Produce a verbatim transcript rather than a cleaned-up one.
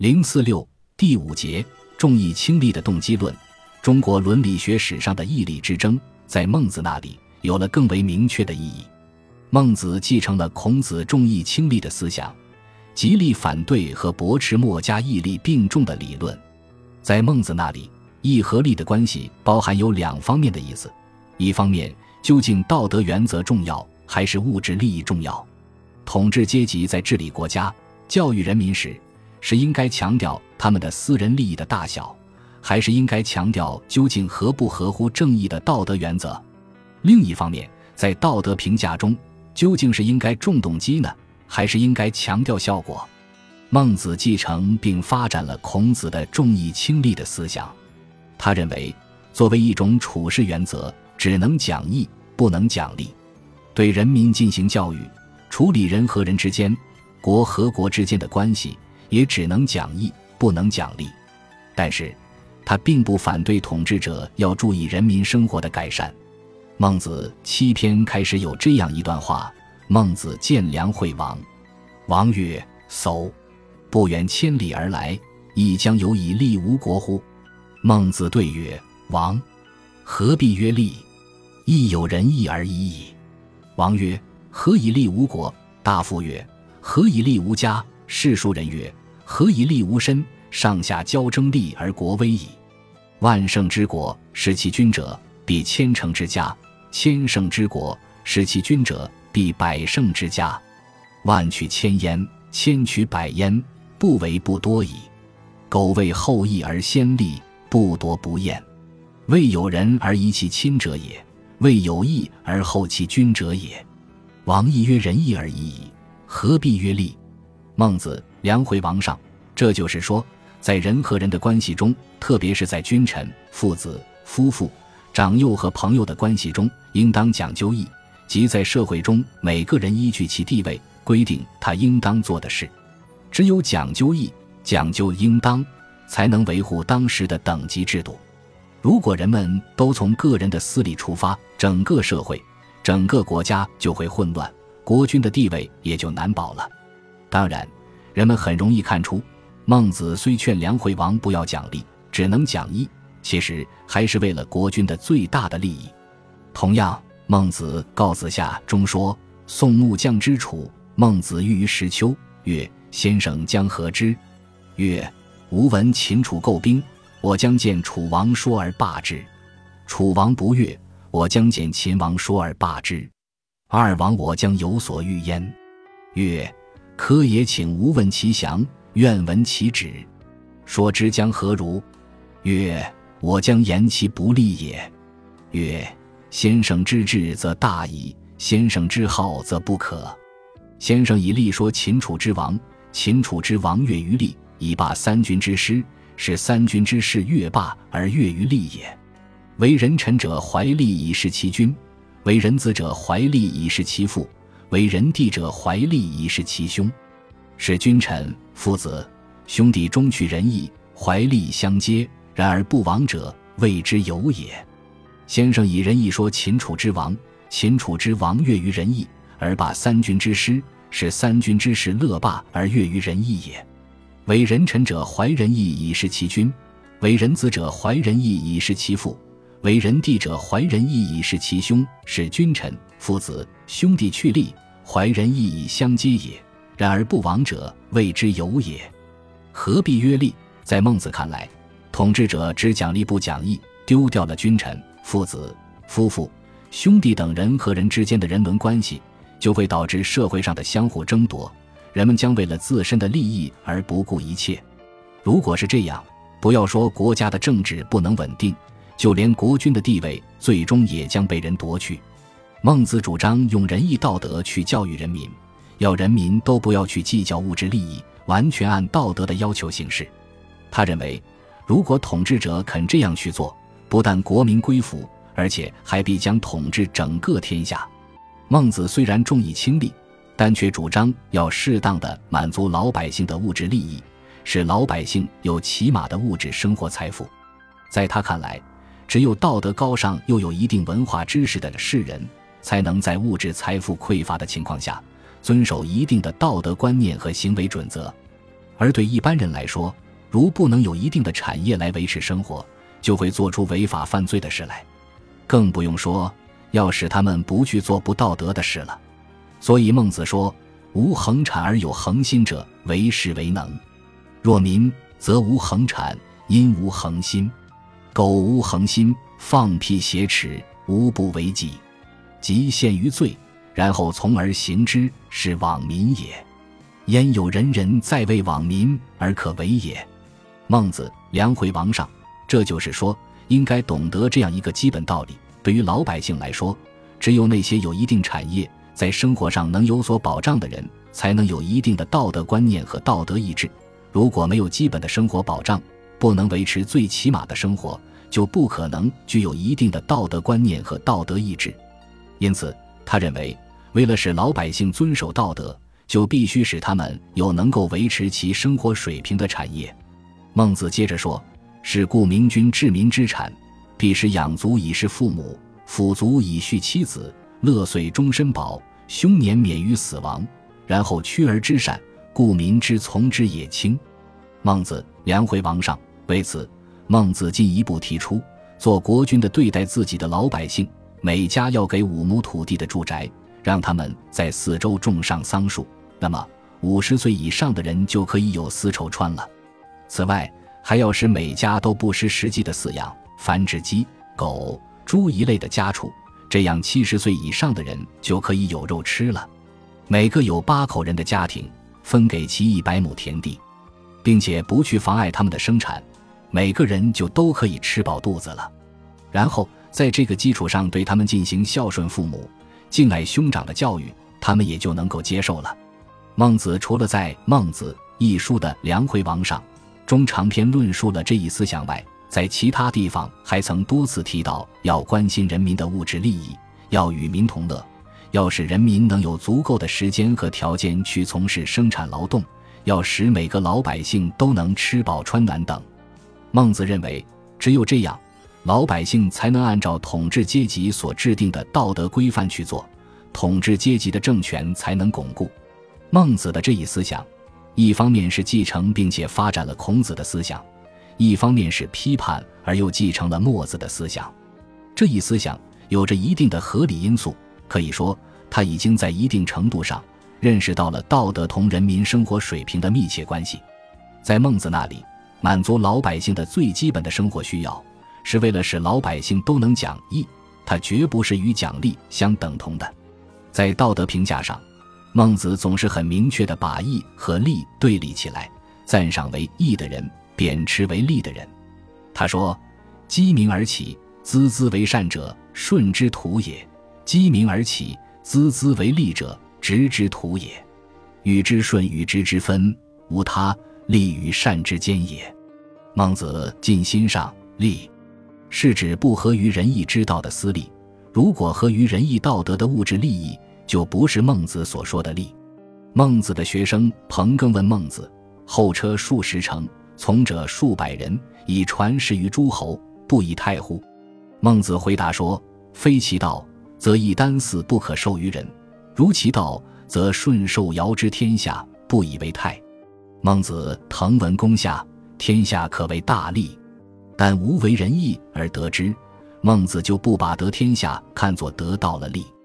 零四六第五节重义轻利的动机论。中国伦理学史上的义利之争，在孟子那里有了更为明确的意义。孟子继承了孔子重义轻利的思想，极力反对和驳斥墨家义利并重的理论。在孟子那里，义和利的关系包含有两方面的意思：一方面，究竟道德原则重要还是物质利益重要？统治阶级在治理国家、教育人民时，是应该强调他们的私人利益的大小，还是应该强调究竟合不合乎正义的道德原则？另一方面，在道德评价中，究竟是应该重动机呢，还是应该强调效果？孟子继承并发展了孔子的重义轻利的思想。他认为，作为一种处事原则，只能讲义，不能讲利。对人民进行教育，处理人和人之间、国和国之间的关系，也只能讲义，不能讲利。但是他并不反对统治者要注意人民生活的改善。孟子七篇开始有这样一段话：孟子见梁惠王，王曰：叟，不远千里而来，亦将有以利吴国乎？孟子对曰：王，何必曰利？亦有仁义而已矣。王曰：何以利吴国？大夫曰：何以利吴家？士庶人曰：何以利无身？上下交争利而国危矣。万乘之国，使其君者，必千乘之家；千乘之国，使其君者，必百乘之家。万取千焉，千取百焉，不为不多矣。苟为后义而先利，不夺不厌。未有仁而遗其亲者也，未有义而后其君者也。王亦曰仁义而已矣，何必曰利？孟子梁惠王上，这就是说，在人和人的关系中，特别是在君臣、父子、夫妇、长幼和朋友的关系中，应当讲究义，即在社会中每个人依据其地位规定他应当做的事。只有讲究义，讲究应当，才能维护当时的等级制度。如果人们都从个人的私利出发，整个社会、整个国家就会混乱，国君的地位也就难保了。当然，人们很容易看出，孟子虽劝梁惠王不要讲利，只能讲义，其实还是为了国君的最大的利益。同样，孟子告子下中说：宋穆将之楚，孟子欲于石丘，曰：先生将何之？曰：吾闻秦楚构兵，我将见楚王说而罢之。楚王不悦，我将见秦王说而罢之。二王我将有所欲焉。曰：可也，请吾问其详，愿闻其旨。说之将何如？曰：我将言其不利也。曰：先生之志则大矣，先生之好则不可。先生以利说秦楚之王，秦楚之王悦于利，以罢三军之师，使三军之士悦罢而悦于利也。为人臣者怀利以事其君，为人子者怀利以事其父，为人弟者怀利以事其兄。使君臣、父子、兄弟中取仁义，怀利相接，然而不亡者，谓之有也。先生以仁义说秦楚之王，秦楚之王悦于仁义，而罢三军之师，使三军之士乐罢而悦于仁义也。为人臣者怀仁义以事其君，为人子者怀仁义以事其父，为人弟者怀仁义以事其兄，使君臣、父子、兄弟去利，怀仁义以相接也。然而不亡者，谓之有也。何必曰利？在孟子看来，统治者只讲利不讲义，丢掉了君臣、父子、夫妇、兄弟等人和人之间的人伦关系，就会导致社会上的相互争夺，人们将为了自身的利益而不顾一切。如果是这样，不要说国家的政治不能稳定，就连国君的地位最终也将被人夺去。孟子主张用仁义道德去教育人民，要人民都不要去计较物质利益，完全按道德的要求行事。他认为，如果统治者肯这样去做，不但国民归服，而且还必将统治整个天下。孟子虽然重义轻利，但却主张要适当地满足老百姓的物质利益，使老百姓有起码的物质生活财富。在他看来，只有道德高尚又有一定文化知识的士人，才能在物质财富匮乏的情况下，遵守一定的道德观念和行为准则。 而对一般人来说，如不能有一定的产业来维持生活，就会做出违法犯罪的事来，更不用说要使他们不去做不道德的事了。所以孟子说，无恒产而有恒心者，为士为能。若民，则无恒产，因无恒心。苟无恒心，放屁挟持，无不为己，即陷于罪，然后从而行之，是罔民也。焉有人人在为罔民而可为也？孟子，梁惠王上。这就是说，应该懂得这样一个基本道理：对于老百姓来说，只有那些有一定产业，在生活上能有所保障的人，才能有一定的道德观念和道德意志。如果没有基本的生活保障，不能维持最起码的生活，就不可能具有一定的道德观念和道德意志。因此，他认为，为了使老百姓遵守道德，就必须使他们有能够维持其生活水平的产业。孟子接着说，是故明君治民之产，必使养卒以事父母，抚卒以恤妻子，乐岁终身保，凶年免于死亡，然后屈而知善，故民之从之也轻。孟子，梁惠王上。为此，孟子进一步提出，做国君的对待自己的老百姓，每家要给五亩土地的住宅，让他们在四周种上桑树，那么五十岁以上的人就可以有丝绸穿了。此外，还要使每家都不失时机的饲养繁殖鸡、狗、猪一类的家畜，这样七十岁以上的人就可以有肉吃了。每个有八口人的家庭分给其一百亩田地，并且不去妨碍他们的生产，每个人就都可以吃饱肚子了。然后在这个基础上对他们进行孝顺父母、敬爱兄长的教育，他们也就能够接受了。孟子除了在《孟子》一书的梁惠王上中长篇论述了这一思想外，在其他地方还曾多次提到要关心人民的物质利益，要与民同乐，要使人民能有足够的时间和条件去从事生产劳动，要使每个老百姓都能吃饱穿暖等。孟子认为，只有这样，老百姓才能按照统治阶级所制定的道德规范去做，统治阶级的政权才能巩固。孟子的这一思想，一方面是继承并且发展了孔子的思想，一方面是批判而又继承了墨子的思想。这一思想有着一定的合理因素，可以说他已经在一定程度上认识到了道德同人民生活水平的密切关系。在孟子那里，满足老百姓的最基本的生活需要，是为了使老百姓都能讲义，它绝不是与奖励相等同的。在道德评价上，孟子总是很明确地把义和利对立起来，赞赏为义的人，贬斥为利的人。他说，积民而起，孜孜为善者，顺之徒也；积民而起，孜孜为利者，直之徒也。与之顺与之之分，无他，利与善之间也。孟子尽心上利，是指不合于仁义之道的私利，如果合于仁义道德的物质利益，就不是孟子所说的利。孟子的学生彭庚问孟子，后车数十乘，从者数百人，以传世于诸侯，不以泰乎？孟子回答说，非其道，则一箪食不可授于人，如其道，则顺受尧之天下，不以为泰。孟子滕文公下，天下可为大利，但无为仁义而得之，孟子就不把得天下看作得到了利。